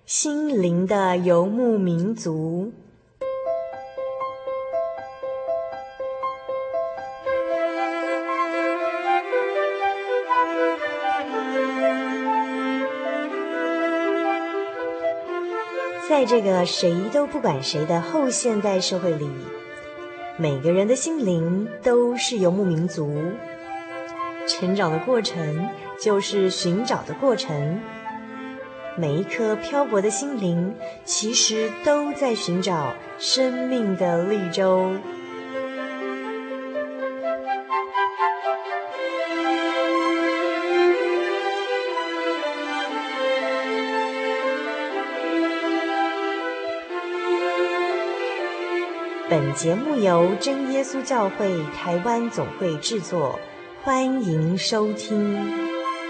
心灵的游牧民族。在这个谁都不管谁的后现代社会里，每个人的心灵都是游牧民族。成长的过程就是寻找的过程，每一颗漂泊的心灵其实都在寻找生命的绿洲。本节目由真耶稣教会台湾总会制作，欢迎收听。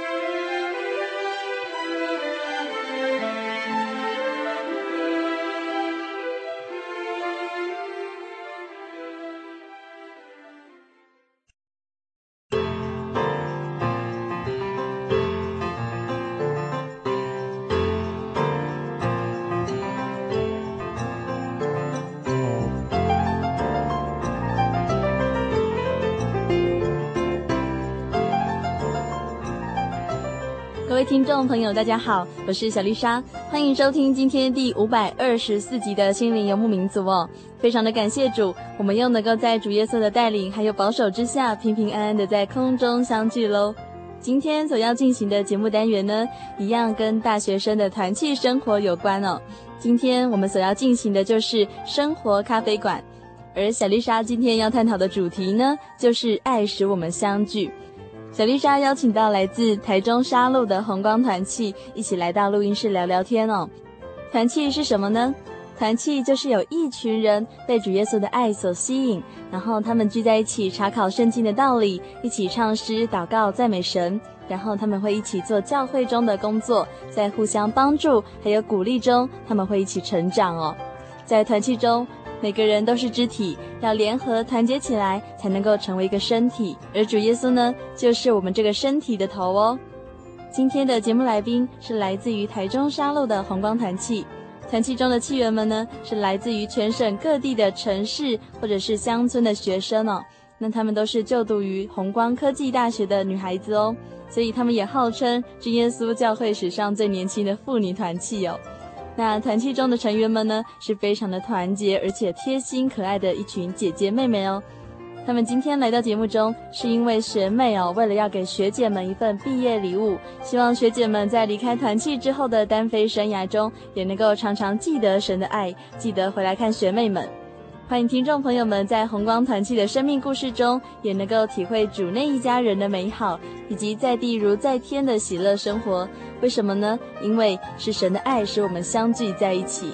各位听众朋友大家好，我是小丽莎，欢迎收听今天第524集的心灵游牧民族哦。非常的感谢主，我们又能够在主耶稣的带领还有保守之下，平平安安的在空中相聚咯。今天所要进行的节目单元呢，一样跟大学生的团契生活有关哦。今天我们所要进行的就是生活咖啡馆，而小丽莎今天要探讨的主题呢，就是爱使我们相聚。小丽莎邀请到来自台中沙鹿的红光团契，一起来到录音室聊聊天哦。团契是什么呢？团契就是有一群人被主耶稣的爱所吸引，然后他们聚在一起查考圣经的道理，一起唱诗、祷告、赞美神，然后他们会一起做教会中的工作，在互相帮助还有鼓励中，他们会一起成长哦。在团契中，每个人都是肢体，要联合团结起来才能够成为一个身体，而主耶稣呢，就是我们这个身体的头哦。今天的节目来宾是来自于台中沙鹿的红光团契，团契中的契员们呢，是来自于全省各地的城市或者是乡村的学生哦。那他们都是就读于红光科技大学的女孩子哦，所以他们也号称真耶稣教会史上最年轻的妇女团契哦。那团契中的成员们呢，是非常的团结而且贴心可爱的一群姐姐妹妹哦。他们今天来到节目中，是因为学妹哦，为了要给学姐们一份毕业礼物，希望学姐们在离开团契之后的单飞生涯中，也能够常常记得神的爱，记得回来看学妹们。欢迎听众朋友们在红光团契的生命故事中，也能够体会主内一家人的美好，以及在地如在天的喜乐生活。为什么呢？因为是神的爱使我们相聚在一起。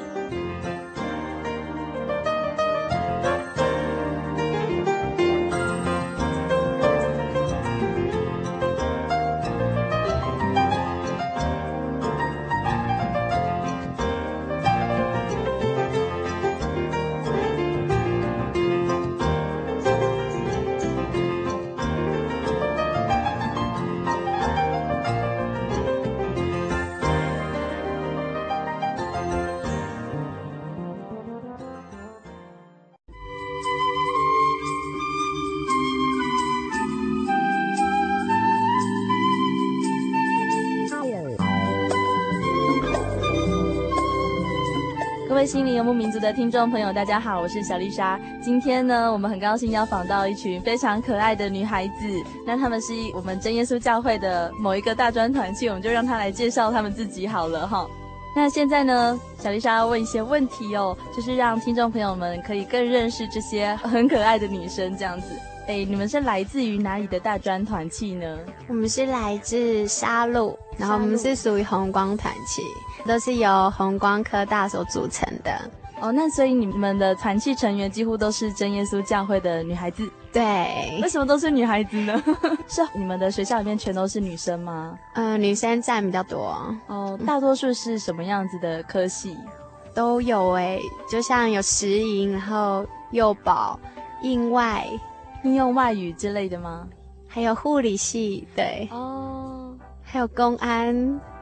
各位心灵游牧民族的听众朋友大家好，我是小丽莎。今天呢，我们很高兴要访到一群非常可爱的女孩子，那她们是我们真耶稣教会的某一个大专团契，我们就让她来介绍她们自己好了哈。那现在呢，小丽莎要问一些问题哦，就是让听众朋友们可以更认识这些很可爱的女生这样子。你们是来自于哪里的大专团契呢？ 我们是来自沙鹿，然后我们是属于红光团契，都是由红光科大所组成的。 哦，那所以你们的团契成员几乎都是真耶稣教会的女孩子？ 对。 为什么都是女孩子呢？是你们的学校里面全都是女生吗？ 女生占比较多。 哦，大多数是什么样子的科系？ 都有就像有食营，然后幼保、应外、 应用外语之类的吗？ 还有护理系，对。 哦， 还有公安。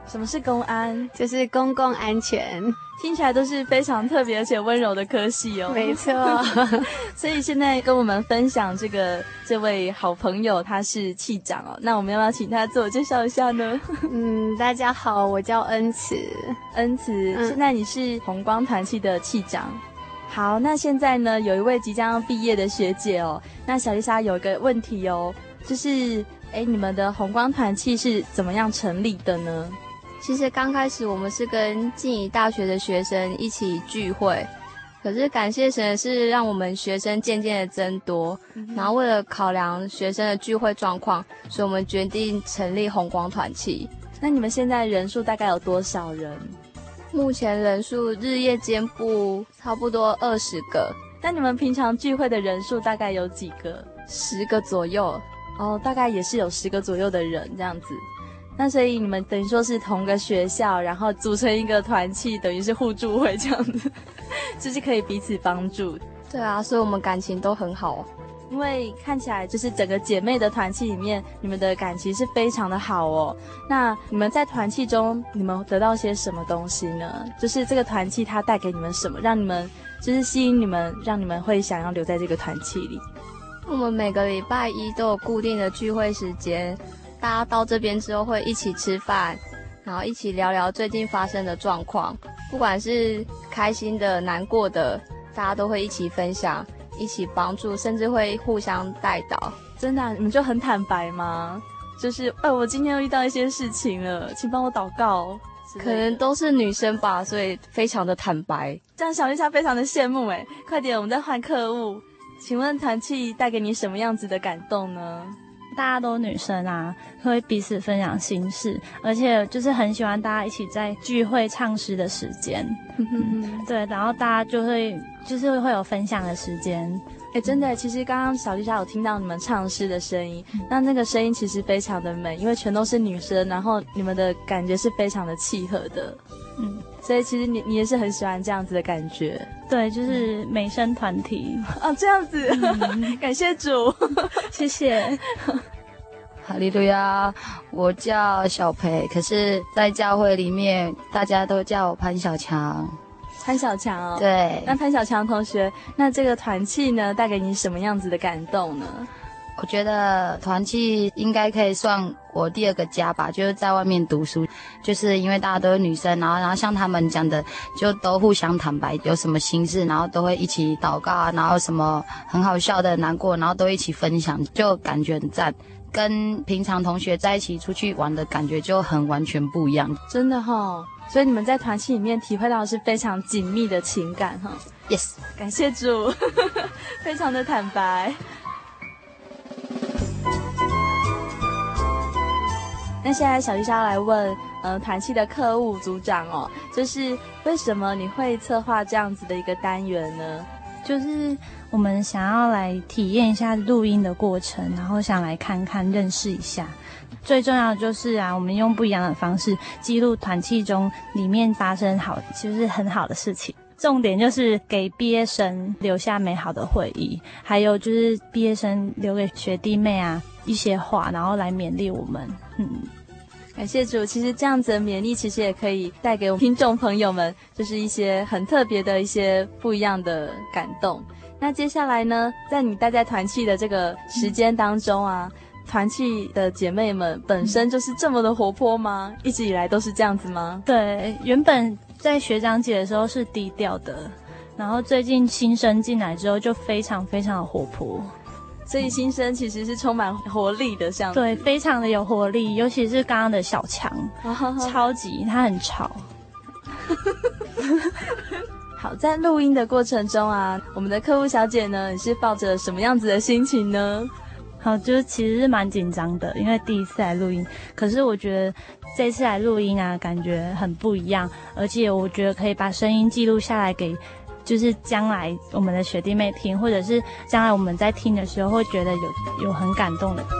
什么是公安？ 就是公共安全。 听起来都是非常特别而且温柔的科系哦。 没错。 所以现在跟我们分享这位好朋友，他是气长哦。那我们要不要请他自我介绍一下呢？ 大家好，我叫恩慈。 恩慈，现在你是红光团契的气长。好，那现在呢，有一位即将毕业的学姐哦。那小丽莎有一个问题哦，就是你们的红光团契是怎么样成立的呢？ 其实刚开始我们是跟静宜大学的学生一起聚会，可是感谢神的是让我们学生渐渐的增多，然后为了考量学生的聚会状况，所以我们决定成立红光团契。 那你们现在人数大概有多少人？ 目前人数日夜兼部差不多20个。 那你们平常聚会的人数大概有几个 ？10个左右。 哦，大概也是有10个左右的人这样子。那所以你们等于说是同个学校，然后组成一个团契，等于是互助会这样子，就是可以彼此帮助。 对啊，所以我们感情都很好。 因为看起来就是整个姐妹的团契里面，你们的感情是非常的好哦。那你们在团契中，你们得到些什么东西呢？就是这个团契它带给你们什么，让你们就是吸引你们，让你们会想要留在这个团契里？ 我们每个礼拜一都有固定的聚会时间，大家到这边之后会一起吃饭，然后一起聊聊最近发生的状况，不管是开心的、难过的，大家都会一起分享，一起帮助，甚至会互相带导。 真的你们就很坦白吗？就是我今天又遇到一些事情了，请帮我祷告。 可能都是女生吧，所以非常的坦白。 这样小丽莎非常的羡慕快点，我们再换客户。请问团契带给你什么样子的感动呢？ 大家都女生啊，会彼此分享心事，而且就是很喜欢大家一起在聚会唱诗的时间。对，然后大家就会会有分享的时间。 真的，其实刚刚小丽莎有听到你们唱诗的声音，那个声音其实非常的美，因为全都是女生，然后你们的感觉是非常的契合的。所以其实你也是很喜欢这样子的感觉。 对，就是美声团体这样子。感谢主。 谢谢。 哈利路亚，我叫小培，可是在教会里面大家都叫我潘小强。 潘小强哦。 对。 那潘小强同学，那这个团契呢，带给你什么样子的感动呢？ 我觉得团契应该可以算我第2个家吧，就是在外面读书，就是因为大家都是女生，然后像他们讲的，就都互相坦白，有什么心事，然后都会一起祷告啊，然后什么很好笑的、难过，然后都一起分享，就感觉很赞。跟平常同学在一起出去玩的感觉就很完全不一样。 真的所以你们在团契里面体会到的是非常紧密的情感 Yes， 感谢主。非常的坦白。那现在小丽莎来问团契的客务组长就是为什么你会策划这样子的一个单元呢？ 就是我们想要来体验一下录音的过程，然后想来看看认识一下。最重要的就是我们用不一样的方式记录团契中里面发生就是很好的事情。重点就是给毕业生留下美好的回忆，还有就是毕业生留给学弟妹一些话，然后来勉励我们。 感谢主，其实这样子的勉励其实也可以带给我们听众朋友们就是一些很特别的一些不一样的感动。那接下来呢，在你待在团契的这个时间当中团契的姐妹们本身就是这么的活泼吗？一直以来都是这样子吗？ 对，原本在学长姐的时候是低调的，然后最近新生进来之后就非常非常的活泼。 所以新生其实是充满活力的，像对，非常的有活力，尤其是刚刚的小强，超级他很吵。 好，在录音的过程中我们的客户小姐呢，你是抱着什么样子的心情呢？ 好，就是其实是蛮紧张的，因为第一次来录音，可是我觉得这次来录音感觉很不一样，而且我觉得可以把声音记录下来给就是将来我们的学弟妹听，或者是将来我们在听的时候会觉得有很感动的。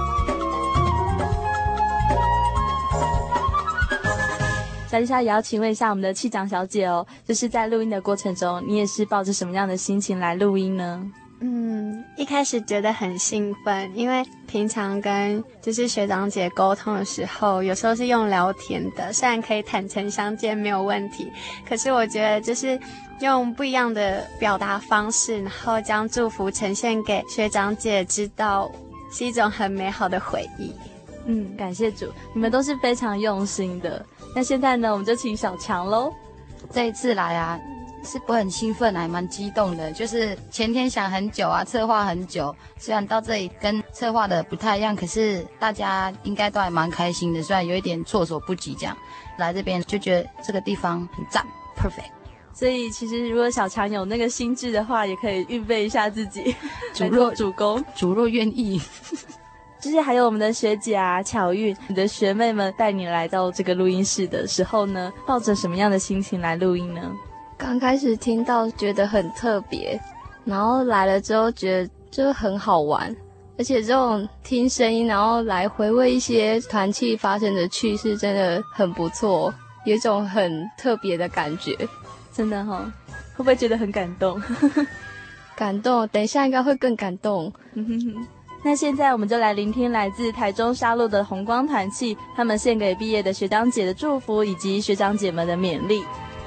小丽莎也要请问一下我们的气长小姐就是在录音的过程中，你也是抱着什么样的心情来录音呢？ 一开始觉得很兴奋，因为平常跟就是学长姐沟通的时候，有时候是用聊天的，虽然可以坦诚相见没有问题，可是我觉得就是用不一样的表达方式，然后将祝福呈现给学长姐知道，是一种很美好的回忆。 感谢主，你们都是非常用心的。那现在呢，我们就请小强咯。 这一次来啊，是不很兴奋，还蛮激动的。就是前天想很久啊，策划很久，虽然到这里跟策划的不太一样，可是大家应该都还蛮开心的，虽然有一点措手不及这样。来这边就觉得这个地方很赞 ，perfect。 所以其实如果小强有那个心智的话，也可以预备一下自己主攻。 主若愿意。 就是还有我们的学姐啊，巧玉，你的学妹们带你来到这个录音室的时候呢，抱着什么样的心情来录音呢？ 刚开始听到觉得很特别，然后来了之后觉得就很好玩，而且这种听声音然后来回味一些团契发生的趣事真的很不错，有一种很特别的感觉。 真的齁，会不会觉得很感动？ 感动，等一下应该会更感动。 那现在我们就来聆听来自台中沙鹿的红光团契，他们献给毕业的学长姐的祝福，以及学长姐们的勉励。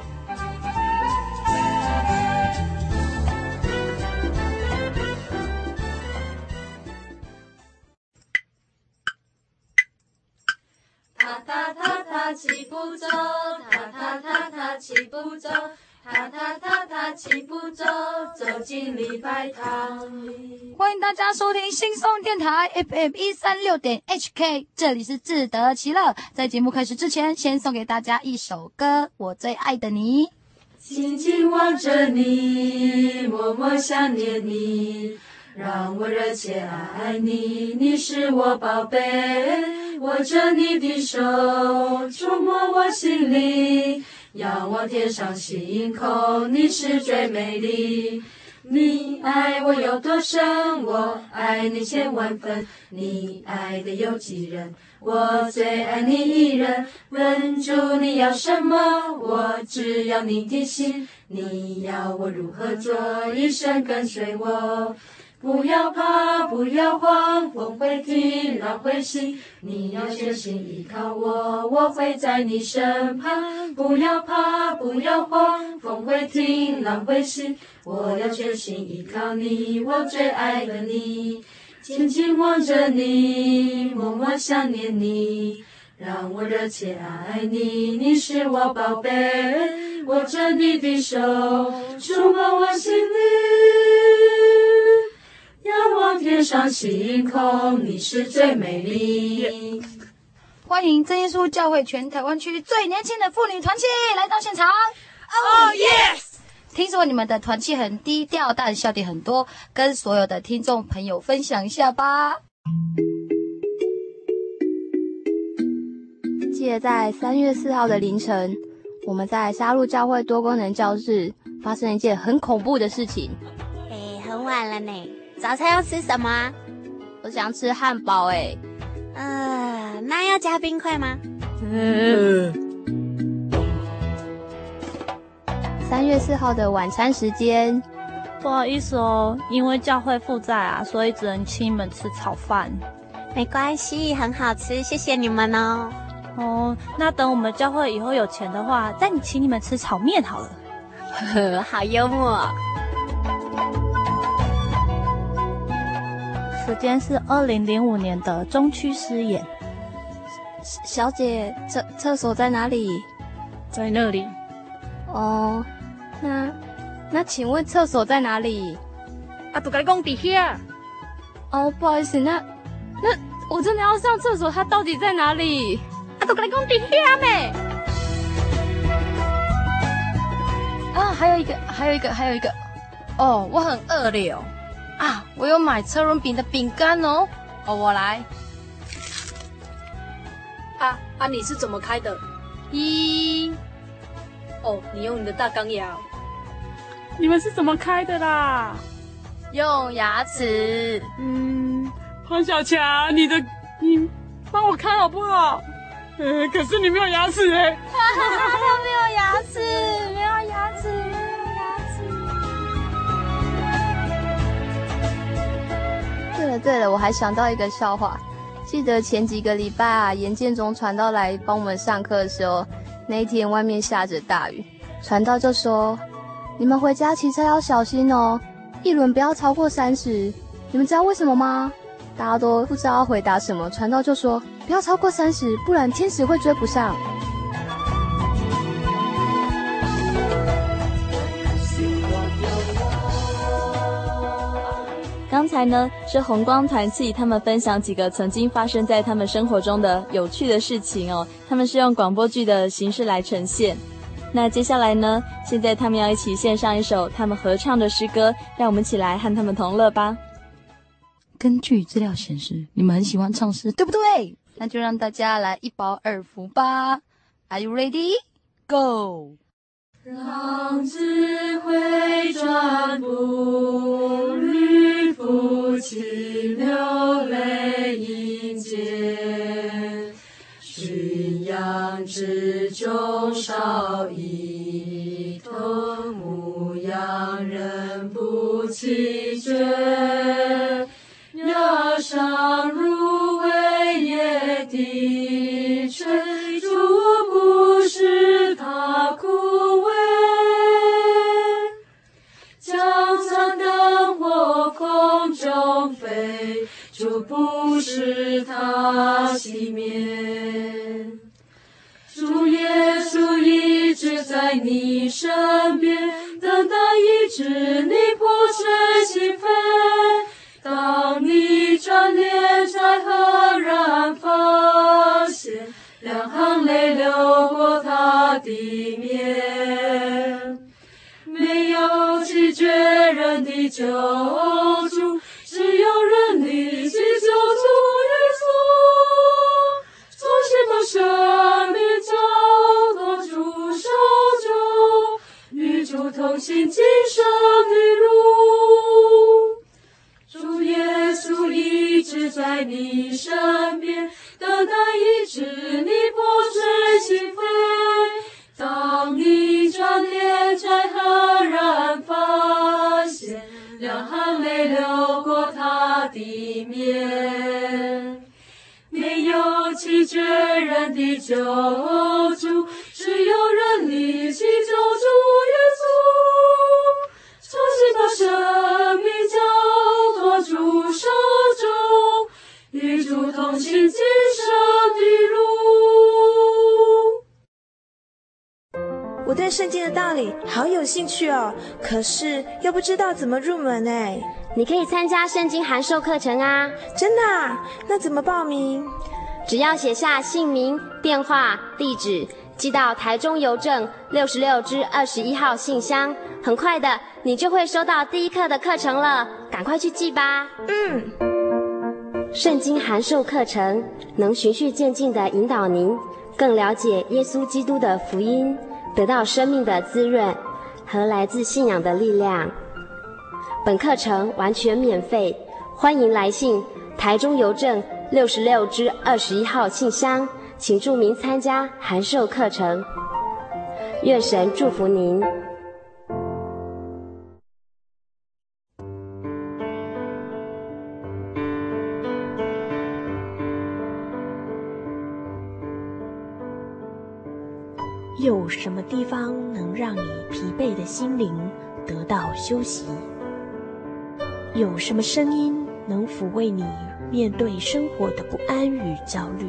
踏踏踏踏齐步走，踏踏踏踏齐步走，踏踏踏踏齐步走，走进礼拜堂。 欢迎大家收听新松电台 FM136.HK， 这里是自得其乐。在节目开始之前，先送给大家一首歌，我最爱的你。 紧紧望着你，默默想念你，让我热切爱你，你是我宝贝，握着你的手，触摸我心里，仰望天上星空，你是最美丽。你爱我有多深，我爱你千万分，你爱的有几人，我最爱你一人。问主你要什么，我只要你的心，你要我如何做，一生跟随我。不要怕，不要慌，风会停，浪会息，你要全心依靠我，我会在你身旁。不要怕，不要慌，风会停，浪会息，我要全心依靠你，我最爱的你。紧紧望着你，默默想念你，让我热切爱你，你是我宝贝，握着你的手，触摸我心里，仰望天上星空，你是最美丽。 欢迎真耶稣教会全台湾区最年轻的妇女团契来到现场。 Oh yes！ 听说你们的团契很低调，但笑点很多，跟所有的听众朋友分享一下吧。 记得在3月4号的凌晨，我们在沙鹿教会多功能教室发生一件很恐怖的事情。 很晚了呢，早餐要吃什么啊？ 我想吃汉堡那要加冰块吗 ？3月4号的晚餐时间， 不好意思哦，因为教会负债啊，所以只能请你们吃炒饭。 没关系，很好吃，谢谢你们哦。 哦，那等我们教会以后有钱的话，再请你们吃炒面好了。 好幽默。 时间是2005年的中区狮演。 小姐，厕所在哪里？ 在那里。 哦，那请问厕所在哪里？ 啊，都跟你讲在遐。 哦，不好意思，那我真的要上厕所，它到底在哪里？ 啊，都跟你讲在遐咩？ 啊，还有一个。哦，我很饿了啊，我有买车轮饼的饼干哦。哦，我来。 你是怎么开的？哦，你用你的大钢牙。 你们是怎么开的啦？ 用牙齿。 黄小强，你帮我开好不好？可是你没有牙齿哎。 他没有牙齿，没有牙齿。 对了，我还想到一个笑话。记得前几个礼拜啊，严建中传道来帮我们上课的时候，那一天外面下着大雨，传道就说：“你们回家骑车要小心哦，一轮不要超过30。”你们知道为什么吗？大家都不知道要回答什么，传道就说：“不要超过30，不然天使会追不上。” 刚才呢是红光团契他们分享几个曾经发生在他们生活中的有趣的事情哦，他们是用广播剧的形式来呈现。那接下来呢，现在他们要一起献上一首他们合唱的诗歌，让我们一起来和他们同乐吧。 根据资料显示，你们很喜欢唱诗，对不对？那就让大家来一饱耳福吧。Are you ready? Go！ 浪子回转步，渔夫轻流泪迎接。驯养之中少一头，牧羊人不弃绝。鸟上入围野地，吹竹不使它枯萎。将残灯火空中飞，就不使它熄灭。主耶稣一直在你身边，等待医治你破碎心扉。当你转脸，才赫然发现，两行泪流过他的面。没有弃绝人的救主，只有人力去救主耶稣。从心把生命交托主手中，与主同行今生的路。主耶稣一直在你身边，等待医治你破碎心扉。当你转脸，才赫然发现，两行泪流过他的面。没有弃绝人的救主，只有人力去救主耶稣。重新把生命交托主手中，与主同行今生的路。 我对圣经的道理好有兴趣哦，可是又不知道怎么入门哎。 你可以参加圣经函授课程啊！ 真的啊？那怎么报名？ 只要写下姓名、电话、地址，寄到台中邮政66支21号信箱，很快的，你就会收到第一课的课程了，赶快去寄吧。圣经函授课程能循序渐进地引导您更了解耶稣基督的福音，得到生命的滋润和来自信仰的力量。本课程完全免费，欢迎来信台中邮政66支21号信箱，请注明参加函授课程。愿神祝福您。 有什么地方能让你疲惫的心灵得到休息？有什么声音能抚慰你面对生活的不安与焦虑？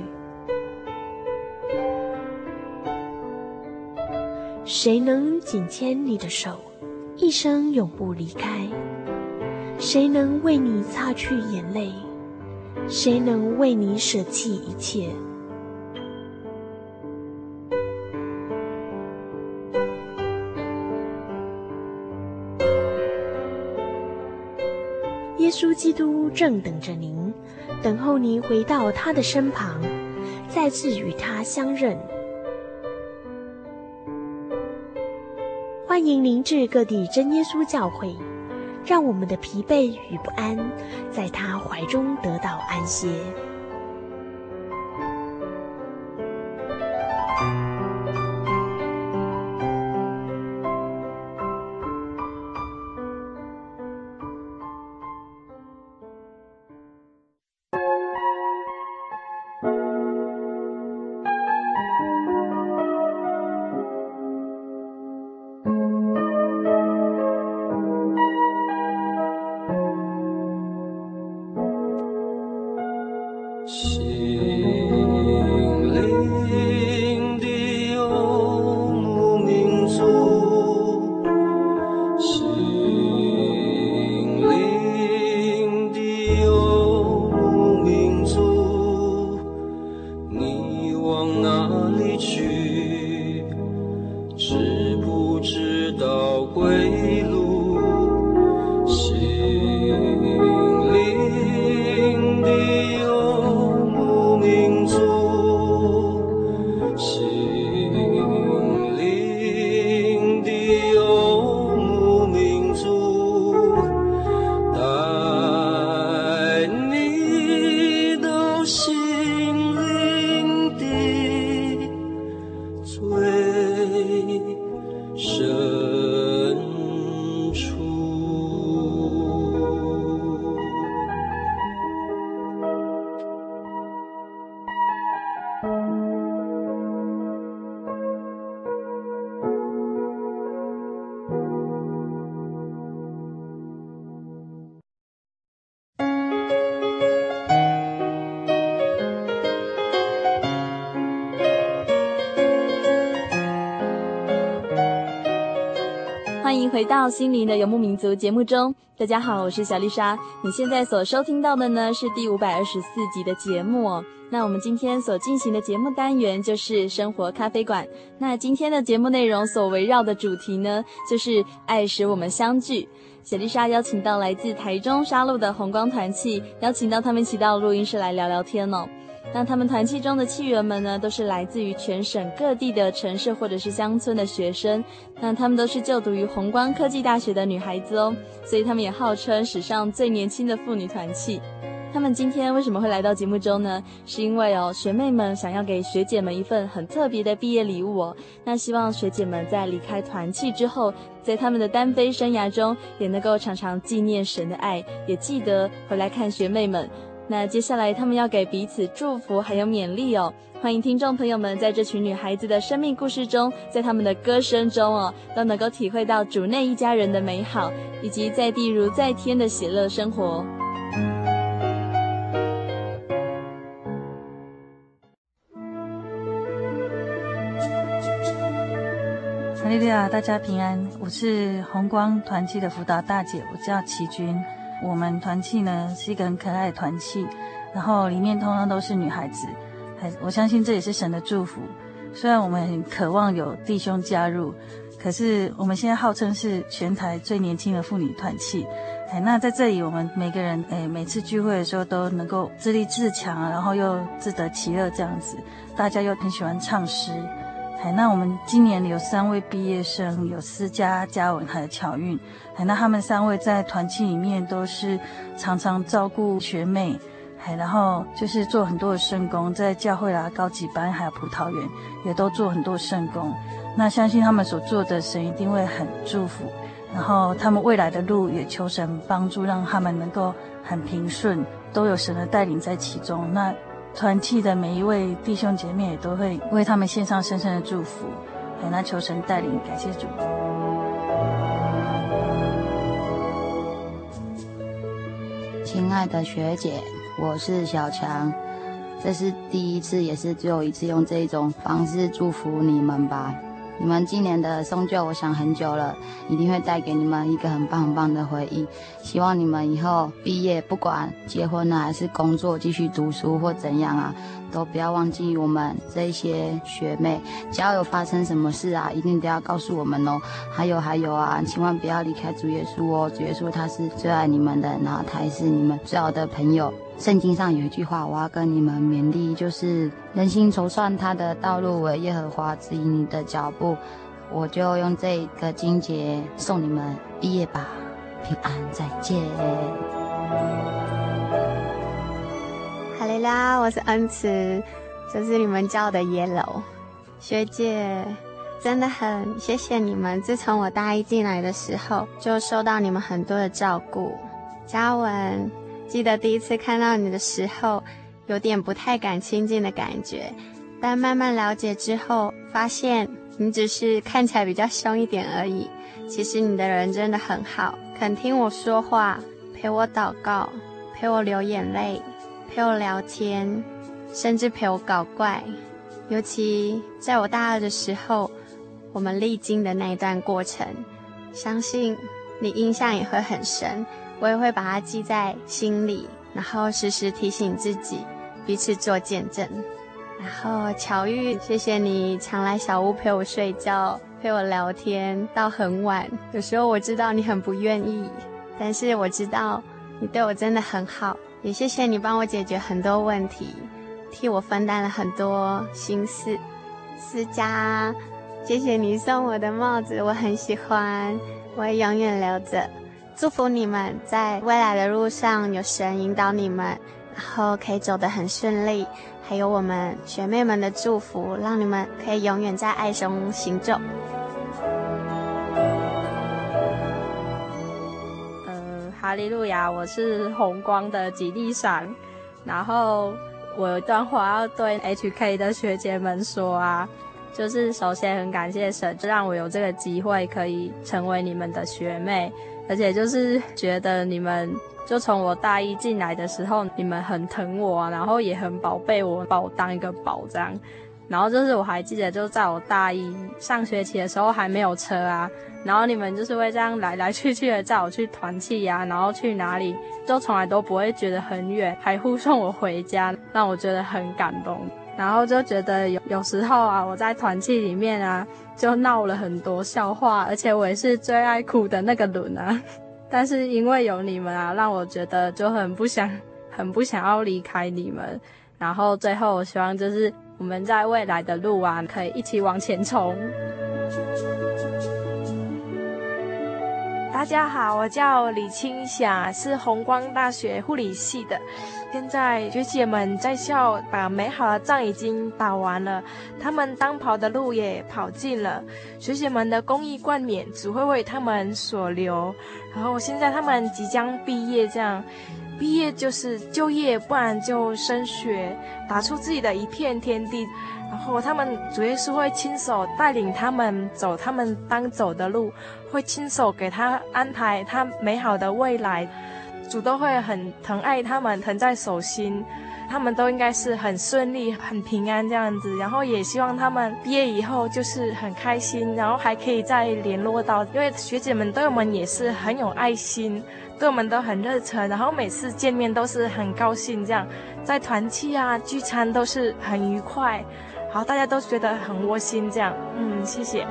谁能紧牵你的手，一生永不离开？谁能为你擦去眼泪？谁能为你舍弃一切？耶稣基督正等着您，等候您回到他的身旁，再次与他相认。欢迎您至各地真耶稣教会，让我们的疲惫与不安在他怀中得到安歇。 道归路，心灵的游牧民族，心灵的游牧民族，带你到心灵的最深处。 欢迎回到心灵的游牧民族节目中，大家好，我是小丽莎。你现在所收听到的呢是第524集的节目哦。那我们今天所进行的节目单元就是生活咖啡馆。那今天的节目内容所围绕的主题呢，就是爱使我们相聚。小丽莎邀请到来自台中沙鹿的红光团契，邀请到他们一起到录音室来聊聊天哦。那他们团契中的契员们呢，都是来自于全省各地的城市或者是乡村的学生。那他们都是就读于弘光科技大学的女孩子哦，所以他们也号称史上最年轻的妇女团契。他们今天为什么会来到节目中呢？是因为学妹们想要给学姐们一份很特别的毕业礼物哦。那希望学姐们在离开团契之后，在他们的单飞生涯中，也能够常常纪念神的爱，也记得回来看学妹们。那接下来他们要给彼此祝福还有勉励哦。欢迎听众朋友们在这群女孩子的生命故事中，在她们的歌声中都能够体会到主内一家人的美好，以及在地如在天的喜乐生活。 哈利路亚，大家平安，我是红光团契的辅导大姐，我叫齐君。我们团契呢是一个很可爱的团契，然后里面通常都是女孩子，我相信这也是神的祝福。虽然我们很渴望有弟兄加入，可是我们现在号称是全台最年轻的妇女团契。那在这里我们每个人每次聚会的时候都能够自立自强，然后又自得其乐这样子，大家又很喜欢唱诗。那我们今年有3位毕业生，有思佳、嘉文还有巧运。那他们3位在团契里面都是常常照顾学妹，然后就是做很多的圣工，在教会啦、高级班还有葡萄园也都做很多圣工。那相信他们所做的神一定会很祝福，然后他们未来的路也求神帮助，让他们能够很平顺，都有神的带领在其中。那团契的每一位弟兄姐妹也都会为他们献上深深的祝福，那求神带领，感谢主。 亲爱的学姐，我是小强，这是第一次也是最后一次用这一种方式祝福你们吧。你们今年的送旧我想很久了，一定会带给你们一个很棒很棒的回忆。希望你们以后毕业不管结婚还是工作继续读书或怎样啊，都不要忘记我们这些学妹，只要有发生什么事啊，一定都要告诉我们哦。还有啊，千万不要离开主耶稣哦，主耶稣他是最爱你们的，然后他也是你们最好的朋友。圣经上有一句话我要跟你们勉励，就是人心筹算他的道路为耶和华指引你的脚步。我就用这个经节送你们毕业吧，平安再见。 哈利啦，我是恩慈，这是你们叫的Yellow学姐，真的很谢谢你们。自从我大一进来的时候，就受到你们很多的照顾。嘉文，记得第一次看到你的时候，有点不太敢亲近的感觉，但慢慢了解之后，发现你只是看起来比较凶一点而已。其实你的人真的很好，肯听我说话，陪我祷告，陪我流眼泪，陪我聊天，甚至陪我搞怪。尤其在我大2的时候，我们历经的那一段过程，相信你印象也会很深，我也会把它记在心里，然后时时提醒自己，彼此做见证。然后巧遇，谢谢你常来小屋陪我睡觉，陪陪我聊天到很晚。有时候我知道你很不愿意，但是我知道你对我真的很好，也谢谢你帮我解决很多问题，替我分担了很多心事。思佳，谢谢你送我的帽子，我很喜欢，我会永远留着。祝福你们在未来的路上有神引导你们，然后可以走得很顺利，还有我们学妹们的祝福，让你们可以永远在爱中行走。 哈利路亚，我是红光的吉利赏。然后我有一段话要对 HK 的学姐们说啊，就是首先很感谢神，让我有这个机会可以成为你们的学妹，而且就是觉得你们就从我大一进来的时候，你们很疼我啊，然后也很宝贝我，把我当一个宝这样。然后就是我还记得，就在我大一上学期的时候还没有车啊，然后你们就是会这样来来去去的载我去团契啊，然后去哪里就从来都不会觉得很远，还护送我回家，让我觉得很感动。然后就觉得有时候啊，我在团契里面啊就闹了很多笑话，而且我也是最爱哭的那个轮啊。但是因为有你们啊，让我觉得就很不想要离开你们。然后最后我希望就是我们在未来的路啊，可以一起往前冲。 大家好，我叫李青霞，是弘光大学护理系的。现在学姐们在校把美好的仗已经打完了，他们当跑的路也跑尽了，学姐们的公益冠冕只会为他们所留。然后现在他们即将毕业，这样毕业就是就业，不然就升学，打出自己的一片天地。然后他们主耶稣会亲手带领他们走他们当走的路，会亲手给他安排他美好的未来，主都会很疼爱他们，疼在手心，他们都应该是很顺利很平安这样子。然后也希望他们毕业以后就是很开心，然后还可以再联络到，因为学姐们对我们也是很有爱心，对我们都很热忱，然后每次见面都是很高兴，这样在团契啊聚餐都是很愉快，好，大家都觉得很窝心这样。谢谢。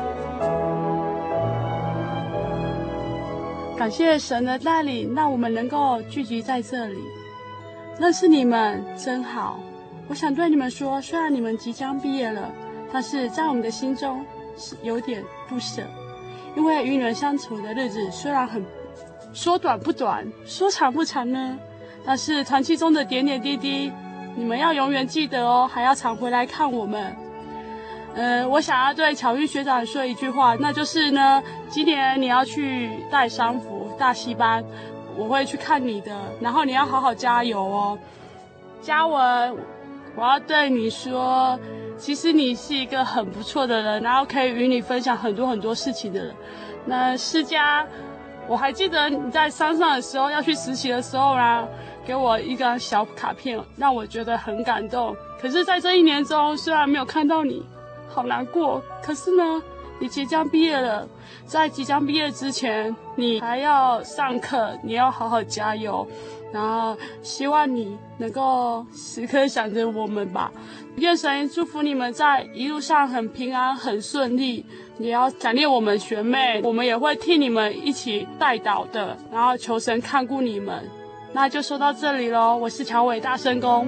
感谢神的带领，让我们能够聚集在这里。认识你们真好。我想对你们说，虽然你们即将毕业了，但是在我们的心中是有点不舍，因为与你们相处的日子虽然很说短不短，说长不长呢，但是团契中的点点滴滴，你们要永远记得哦，还要常回来看我们。我想要对巧玉学长说一句话，那就是呢，今年你要去带商服大戏班，我会去看你的，然后你要好好加油哦。嘉文，我要对你说，其实你是一个很不错的人，然后可以与你分享很多很多事情的人。那思佳，我还记得你在山上的时候，要去实习的时候啦，给我一个小卡片，让我觉得很感动。可是在这1年中，虽然没有看到你，好难过，可是呢，你即将毕业了，在即将毕业之前，你还要上课，你要好好加油，然后希望你能够时刻想着我们吧。愿神祝福你们在一路上很平安很顺利，也要感念我们学妹，我们也会替你们一起带导的，然后求神看顾你们。那就说到这里咯，我是乔伟大圣公。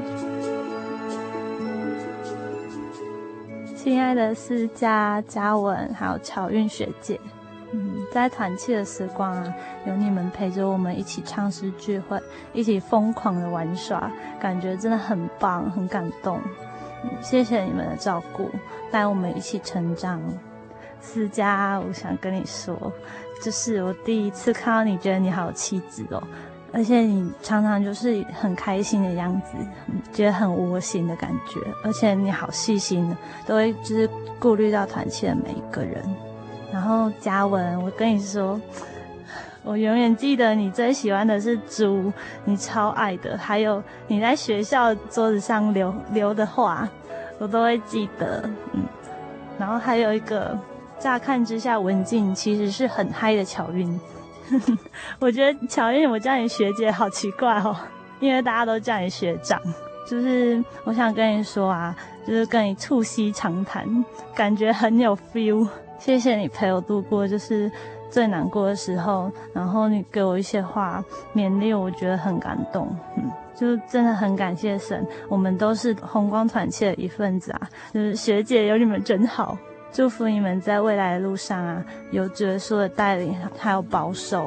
亲爱的思佳、嘉文还有巧韵学姐，在团契的时光啊，有你们陪着我们一起唱诗聚会，一起疯狂的玩耍，感觉真的很棒，很感动。谢谢你们的照顾，带我们一起成长。思佳，我想跟你说，就是我第一次看到你，觉得你好有气质哦，而且你常常就是很开心的样子，觉得很窝心的感觉，而且你好细心的，都会就是顾虑到团契的每一个人。然后嘉文，我跟你说，我永远记得你最喜欢的是猪，你超爱的，还有你在学校桌子上留的画，我都会记得。然后还有一个乍看之下文静，其实是很嗨的巧韵。我觉得巧韵，我叫你学姐好奇怪哦，因为大家都叫你学长。就是我想跟你说啊，就是跟你促膝长谈，感觉很有 feel。 谢谢你陪我度过就是最难过的时候，然后你给我一些话勉励我，觉得很感动。就真的很感谢神，我们都是红光团契的一份子啊，就是学姐有你们真好，祝福你们在未来的路上啊，有主耶稣的带领还有保守。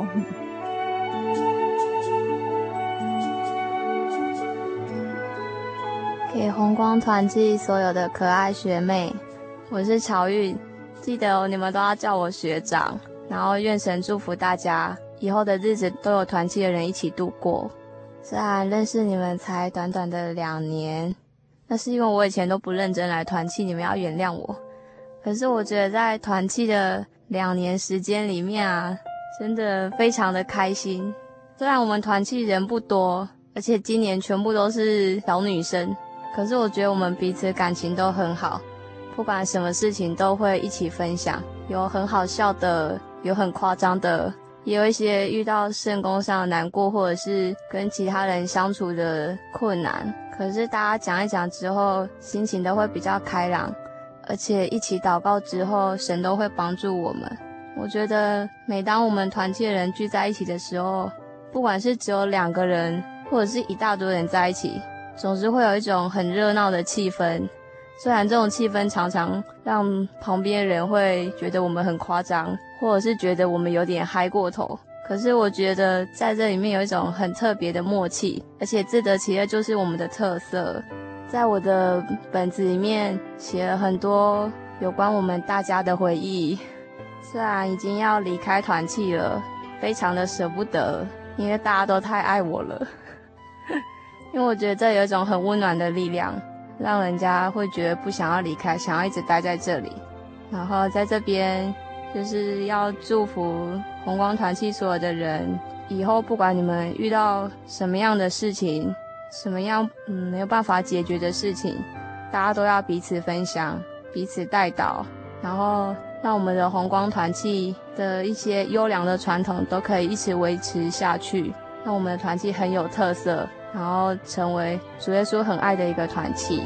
给红光团契所有的可爱学妹，我是乔玉，记得你们都要叫我学长，然后愿神祝福大家以后的日子都有团契的人一起度过。虽然认识你们才短短的2年，那是因为我以前都不认真来团契，你们要原谅我。可是我觉得在团契的2年时间里面啊，真的非常的开心。虽然我们团契人不多，而且今年全部都是小女生，可是我觉得我们彼此感情都很好，不管什么事情都会一起分享，有很好笑的，有很夸张的，也有一些遇到圣工上的难过，或者是跟其他人相处的困难，可是大家讲一讲之后，心情都会比较开朗，而且一起祷告之后，神都会帮助我们。我觉得每当我们团契的人聚在一起的时候，不管是只有2个人，或者是一大堆人在一起，总是会有一种很热闹的气氛。虽然这种气氛常常让旁边人会觉得我们很夸张，或者是觉得我们有点嗨过头，可是我觉得在这里面有一种很特别的默契，而且自得其乐就是我们的特色。在我的本子里面写了很多有关我们大家的回忆，虽然已经要离开团契了，非常的舍不得，因为大家都太爱我了因为我觉得这有一种很温暖的力量，让人家会觉得不想要离开，想要一直待在这里。然后在这边就是要祝福红光团契所有的人，以后不管你们遇到什么样的事情，什么样没有办法解决的事情，大家都要彼此分享，彼此带导，然后让我们的红光团契的一些优良的传统都可以一直维持下去，让我们的团契很有特色，然后成为主耶稣很爱的一个团契。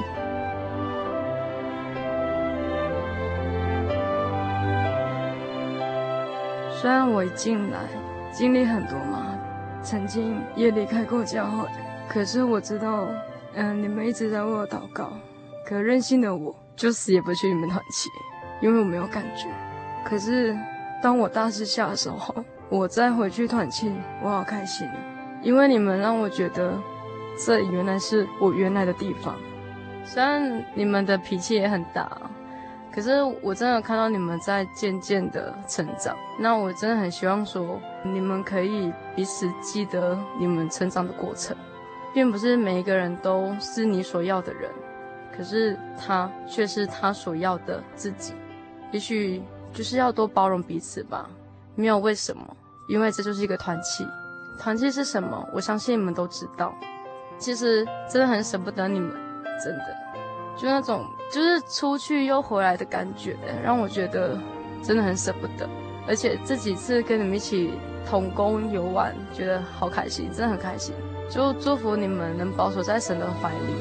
虽然我一进来经历很多嘛，曾经也离开过教会，可是我知道你们一直在为我祷告，可任性的我就死也不去你们团契，因为我没有感觉。可是当我大四下的时候，我再回去团契，我好开心，因为你们让我觉得这里原来是我原来的地方。虽然你们的脾气也很大，可是我真的看到你们在渐渐的成长，那我真的很希望说你们可以彼此记得你们成长的过程，并不是每一个人都是你所要的人，可是他却是他所要的自己。也许就是要多包容彼此吧，没有为什么，因为这就是一个团契。团契是什么，我相信你们都知道。其实真的很舍不得你们，真的就那种就是出去又回来的感觉，让我觉得真的很舍不得。而且这几次跟你们一起同工游玩，觉得好开心，真的很开心。就祝福你们能保守在神的怀里。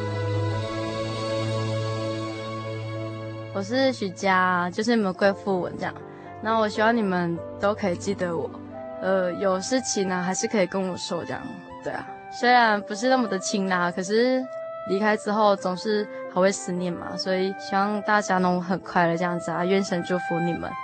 我是许佳，就是你们贵妇文这样。那我希望你们都可以记得我，有事情呢还是可以跟我说这样。对啊，虽然不是那么的亲啦，可是离开之后总是还会思念嘛，所以希望大家能很快乐这样子啊，愿神祝福你们。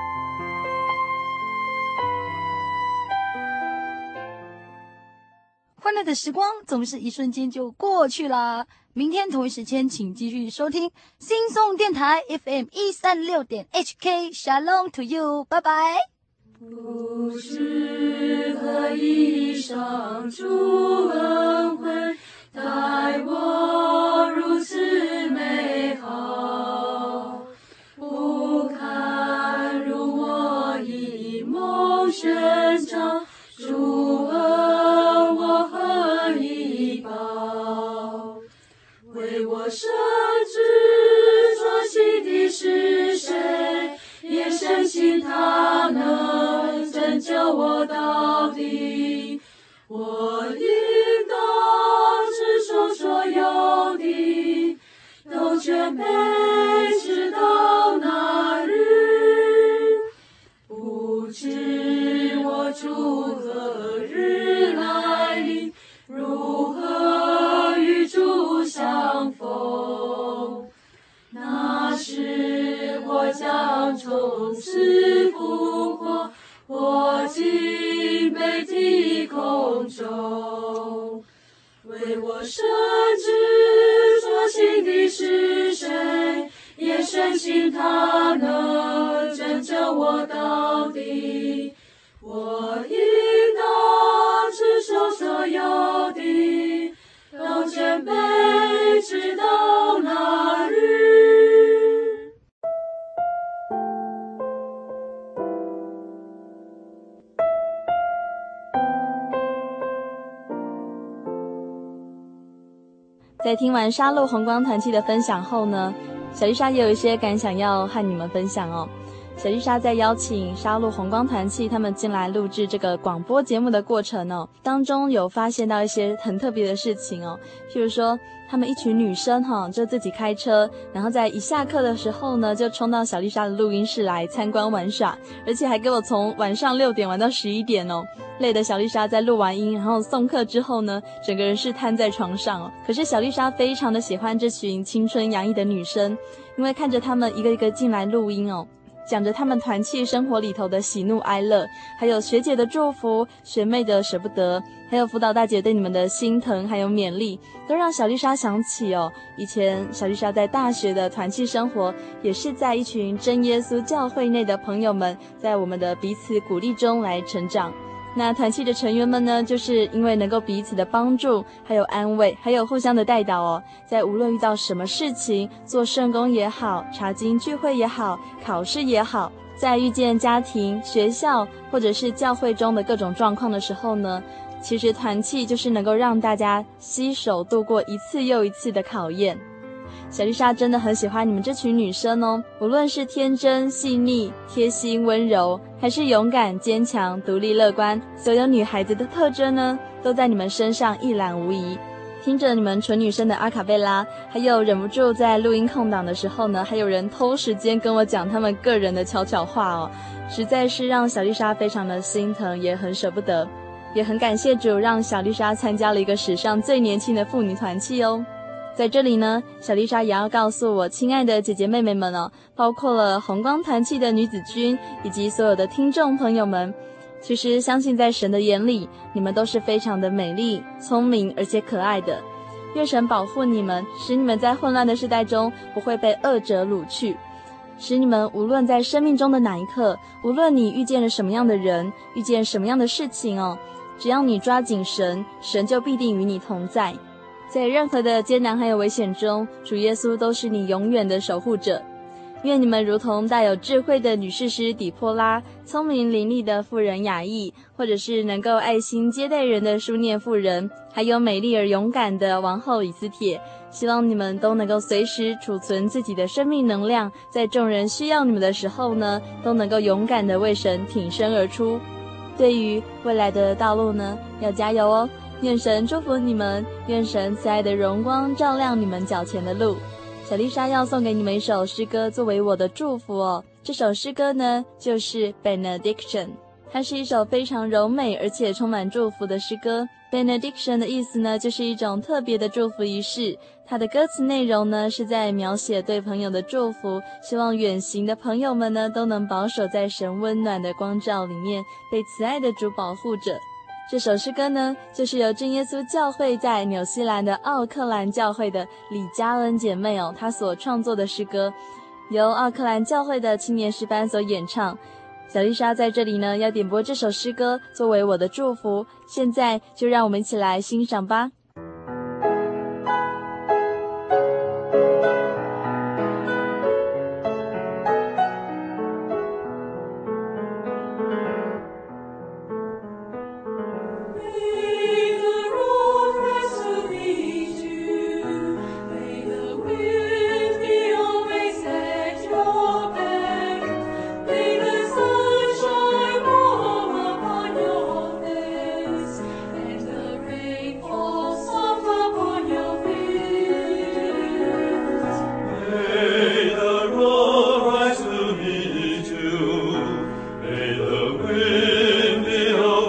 欢乐的时光总是一瞬间就过去了，明天同一时间请继续收听新松电台 FM 136.HK Shalom to you， 拜拜。 不知何以上主恩惠，待我如此美好，不堪入我一梦宣唱，主恩我何以报？为我设置创新的是谁？也深信他能拯救我到底。我应当承受所有主何日来临？如何与主相逢？那时我将从此复活，我进美的空中。为我深知所信的是谁，也深信他能拯救我到底。我应当承受所有的，都谦卑直到那日。 在听完沙鹿红光团契的分享后呢，小丽莎也有一些感想要和你们分享哦。小丽莎在邀请沙鹿红光团契他们进来录制这个广播节目的过程哦，当中有发现到一些很特别的事情哦，譬如说他们一群女生就自己开车，然后在一下课的时候呢，就冲到小丽莎的录音室来参观玩耍，而且还给我从晚上6点玩到11点哦。累的小丽莎在录完音，然后送客之后呢，整个人是瘫在床上哦。可是小丽莎非常的喜欢这群青春洋溢的女生，因为看着她们一个一个进来录音哦，讲着他们团契生活里头的喜怒哀乐，还有学姐的祝福，学妹的舍不得，还有辅导大姐对你们的心疼还有勉励，都让小丽莎想起哦，以前小丽莎在大学的团契生活，也是在一群真耶稣教会内的朋友们，在我们的彼此鼓励中来成长。那团契的成员们呢，就是因为能够彼此的帮助，还有安慰，还有互相的带导哦，在无论遇到什么事情，做圣工也好，查经聚会也好，考试也好，在遇见家庭、学校或者是教会中的各种状况的时候呢，其实团契就是能够让大家携手度过一次又一次的考验。小丽莎真的很喜欢你们这群女生哦，无论是天真、细腻、贴心、温柔，还是勇敢、坚强、独立、乐观，所有女孩子的特征呢，都在你们身上一览无遗。听着你们纯女生的阿卡贝拉，还有忍不住在录音空档的时候呢，还有人偷时间跟我讲他们个人的悄悄话哦，实在是让小丽莎非常的心疼，也很舍不得，也很感谢主让小丽莎参加了一个史上最年轻的妇女团契哦。在这里呢，小丽莎也要告诉我亲爱的姐姐妹妹们哦，包括了红光团契的女子军以及所有的听众朋友们，其实相信在神的眼里，你们都是非常的美丽、聪明而且可爱的。愿神保护你们，使你们在混乱的世代中不会被恶者掳去，使你们无论在生命中的哪一刻，无论你遇见了什么样的人，遇见什么样的事情哦，只要你抓紧神，神就必定与你同在。在任何的艰难还有危险中，主耶稣都是你永远的守护者。愿你们如同大有智慧的女士师底波拉，聪明伶俐的妇人雅意，或者是能够爱心接待人的书念妇人，还有美丽而勇敢的王后以斯帖，希望你们都能够随时储存自己的生命能量，在众人需要你们的时候呢，都能够勇敢的为神挺身而出。对于未来的道路呢，要加油哦！愿神祝福你们，愿神慈爱的荣光照亮你们脚前的路。小丽莎要送给你们一首诗歌作为我的祝福哦。这首诗歌呢，就是 Benediction， 它是一首非常柔美而且充满祝福的诗歌。Benediction 的意思呢，就是一种特别的祝福仪式。它的歌词内容呢，是在描写对朋友的祝福，希望远行的朋友们呢，都能保守在神温暖的光照里面，被慈爱的主保护着。这首诗歌呢，就是由真耶稣教会在纽西兰的奥克兰教会的李嘉恩姐妹哦，她所创作的诗歌，由奥克兰教会的青年诗班所演唱。小丽莎在这里呢，要点播这首诗歌作为我的祝福，现在就让我们一起来欣赏吧。 May the wind be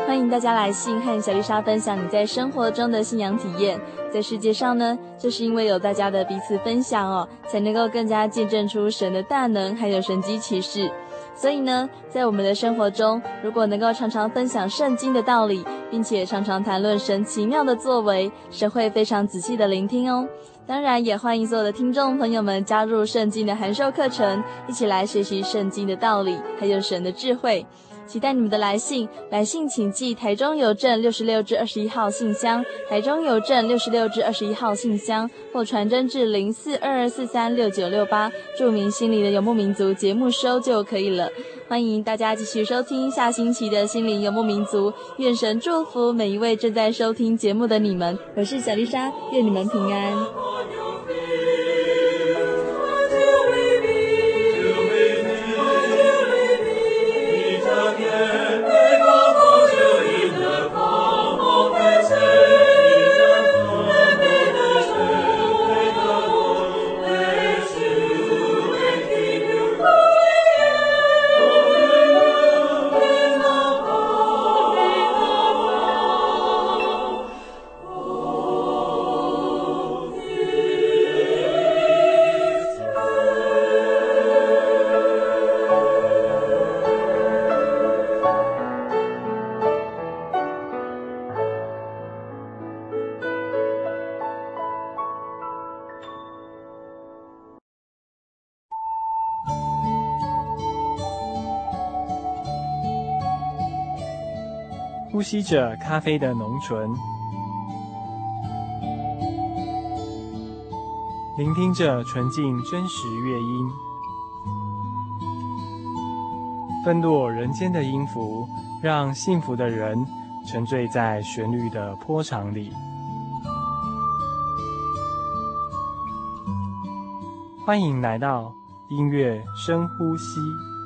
欢迎大家来信和小丽莎分享你在生活中的信仰体验。在世界上呢，就是因为有大家的彼此分享哦，才能够更加见证出神的大能，还有神迹奇事。所以呢，在我们的生活中，如果能够常常分享圣经的道理，并且常常谈论神奇妙的作为，神会非常仔细的聆听哦。当然也欢迎所有的听众朋友们加入圣经的函授课程，一起来学习圣经的道理，还有神的智慧。期待你们的来信，来信请寄台中邮政66至21号信箱，台中邮政66至21号信箱，或传真至0422436968，注明心灵的游牧民族节目收就可以了。欢迎大家继续收听下星期的心灵游牧民族，愿神祝福每一位正在收听节目的你们。我是小丽莎，愿你们平安。 呼吸着咖啡的浓醇，聆听着纯净真实乐音，分落人间的音符，让幸福的人沉醉在旋律的波长里。欢迎来到音乐深呼吸。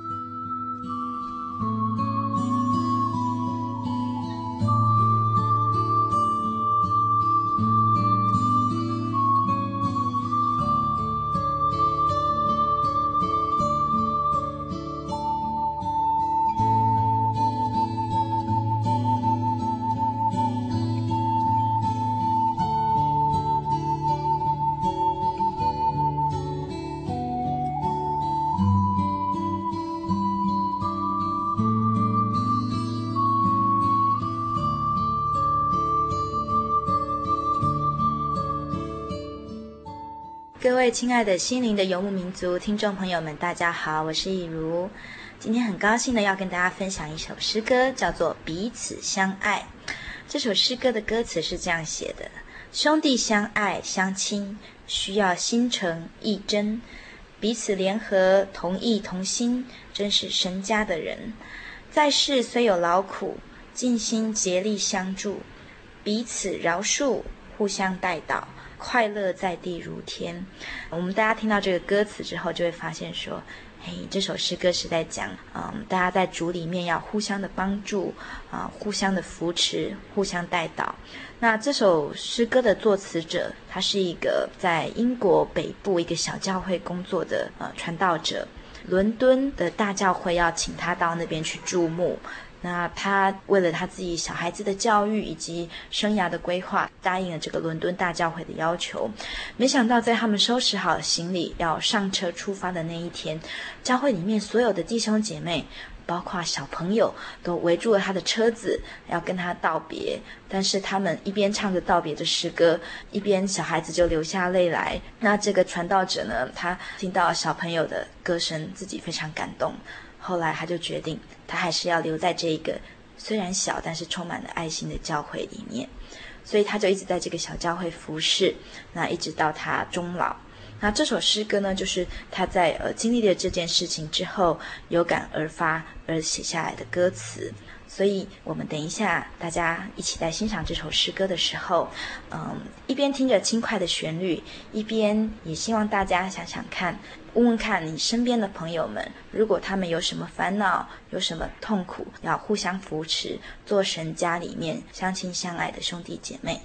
各位亲爱的心灵的游牧民族听众朋友们，大家好，我是以如。今天很高兴的要跟大家分享一首诗歌，叫做《彼此相爱》。这首诗歌的歌词是这样写的：兄弟相爱相亲，需要心诚意真，彼此联合，同意同心，真是神家的人。在世虽有劳苦，尽心竭力相助，彼此饶恕，互相代祷，快乐在地如天。我们大家听到这个歌词之后，就会发现说，这首诗歌是在讲，大家在主里面要互相的帮助，互相的扶持，互相代祷。那这首诗歌的作词者，他是一个在英国北部一个小教会工作的传道者，伦敦的大教会要请他到那边去注目。那他为了他自己小孩子的教育以及生涯的规划，答应了这个伦敦大教会的要求。没想到在他们收拾好行李要上车出发的那一天，教会里面所有的弟兄姐妹包括小朋友都围住了他的车子，要跟他道别。但是他们一边唱着道别的诗歌，一边小孩子就流下泪来。那这个传道者呢，他听到小朋友的歌声，自己非常感动。后来他就决定，他还是要留在这个虽然小但是充满了爱心的教会里面。所以他就一直在这个小教会服侍，那一直到他终老。那这首诗歌呢，就是他在经历了这件事情之后，有感而发而写下来的歌词。所以我们等一下大家一起在欣赏这首诗歌的时候，一边听着轻快的旋律，一边也希望大家想想看，问问看你身边的朋友们，如果他们有什么烦恼，有什么痛苦，要互相扶持，做神家里面相亲相爱的兄弟姐妹。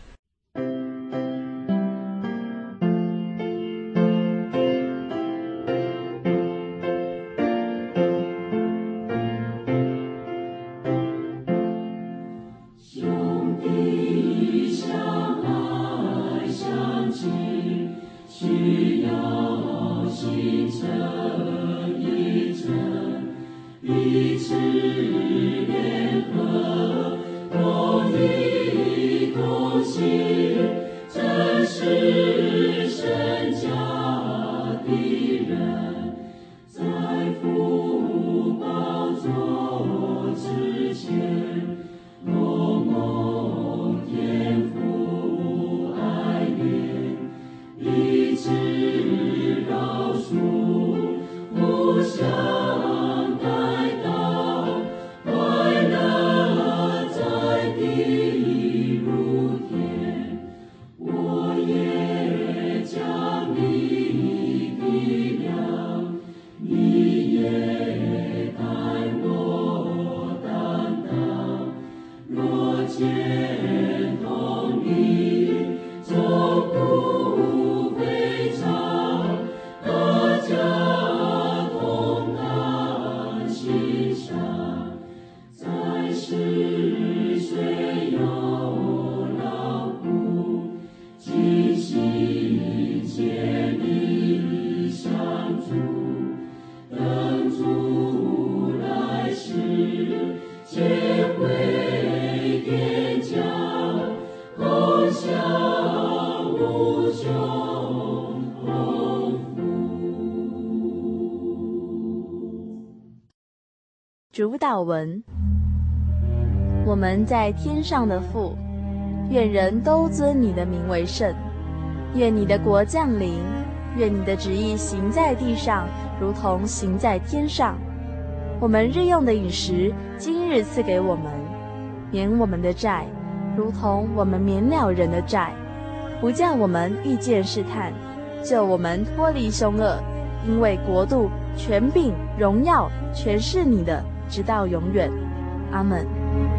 主祷文：我们在天上的父，愿人都尊你的名为圣。愿你的国降临，愿你的旨意行在地上，如同行在天上。我们日用的饮食，今日赐给我们，免我们的债，如同我们免了人的债，不叫我们遇见试探，救我们脱离凶恶。因为国度、权柄、荣耀，全是你的，直到永远。阿们。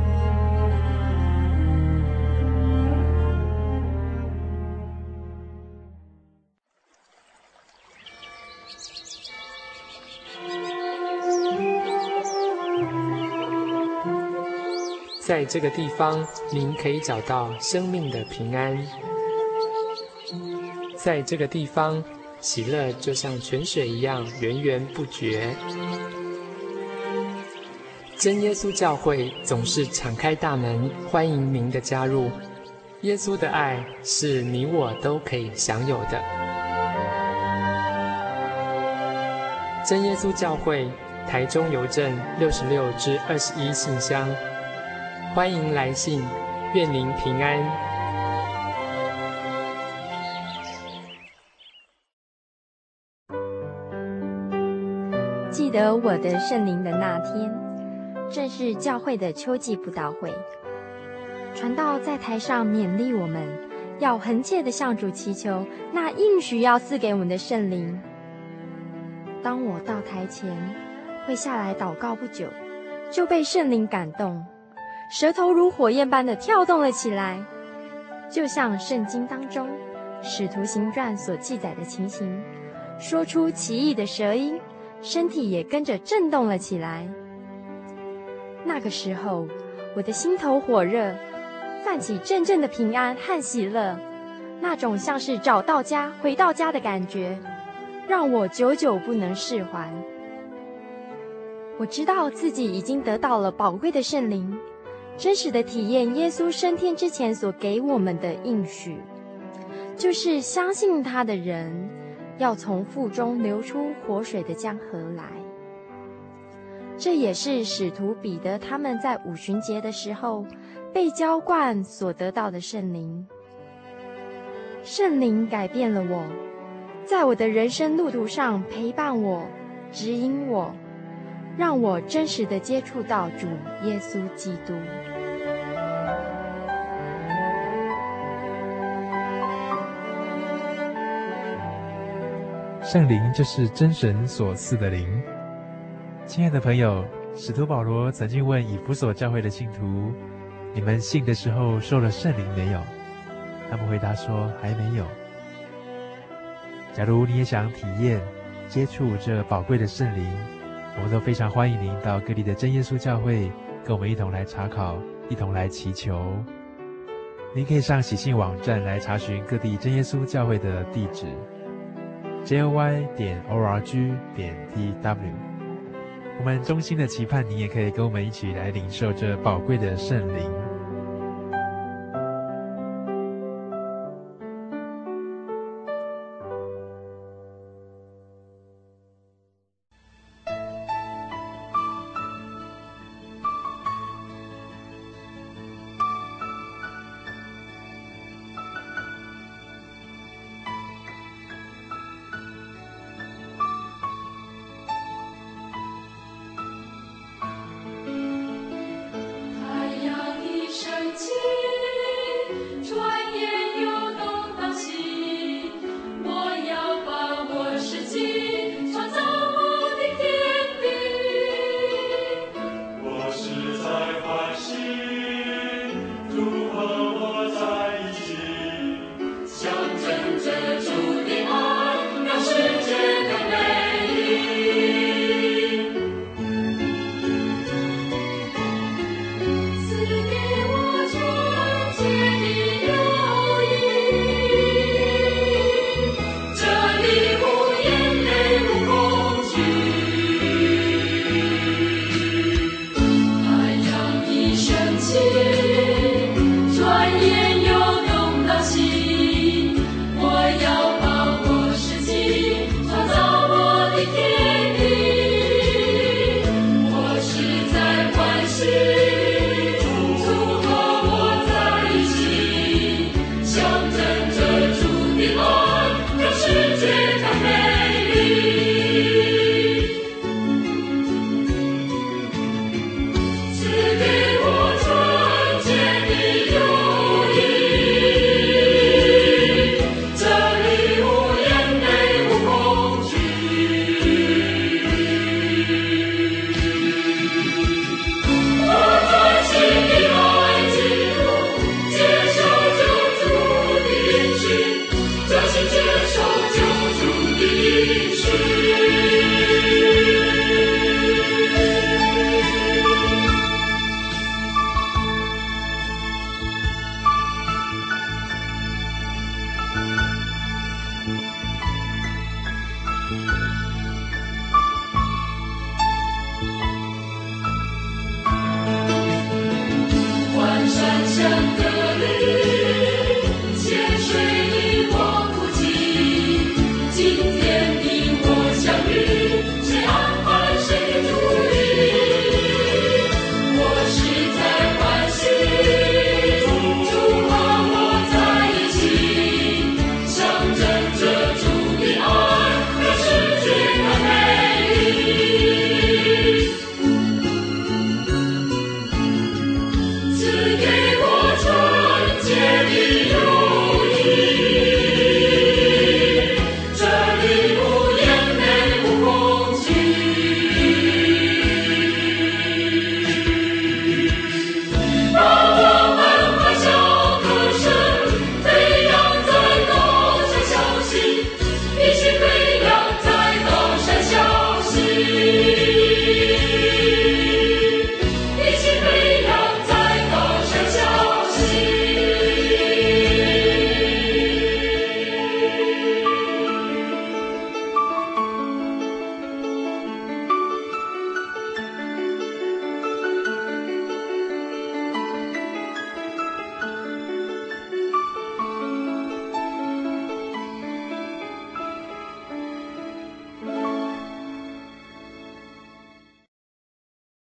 在这个地方，您可以找到生命的平安。在这个地方，喜乐就像泉水一样源源不绝。真耶稣教会总是敞开大门，欢迎您的加入。耶稣的爱是你我都可以享有的。真耶稣教会，台中邮政66-21信箱。欢迎来信，愿您平安。 记得我的圣灵的那天，正是教会的秋季布道会。传道在台上勉励我们，要恒切地向主祈求那应许要赐给我们的圣灵。当我到台前会下来祷告不久，就被圣灵感动，舌头如火焰般的跳动了起来，就像圣经当中使徒行传所记载的情形，说出奇异的舌音，身体也跟着震动了起来。那个时候，我的心头火热，泛起阵阵的平安和喜乐，那种像是找到家、回到家的感觉，让我久久不能释怀。我知道自己已经得到了宝贵的圣灵，真实的体验耶稣升天之前所给我们的应许，就是相信他的人要从腹中流出活水的江河来。这也是使徒彼得他们在五旬节的时候被浇灌所得到的圣灵。圣灵改变了我，在我的人生路途上陪伴我、指引我，让我真实地接触到主耶稣基督。 圣灵就是真神所赐的灵。亲爱的朋友，使徒保罗曾经问以弗所教会的信徒，你们信的时候受了圣灵没有？他们回答说还没有。假如你也想体验接触这宝贵的圣灵，我们都非常欢迎您到各地的真耶稣教会跟我们一同来查考，一同来祈求。您可以上喜信网站来查询各地真耶稣教会的地址，joy.org.tw 我们衷心的期盼你也可以跟我们一起来领受这宝贵的圣灵。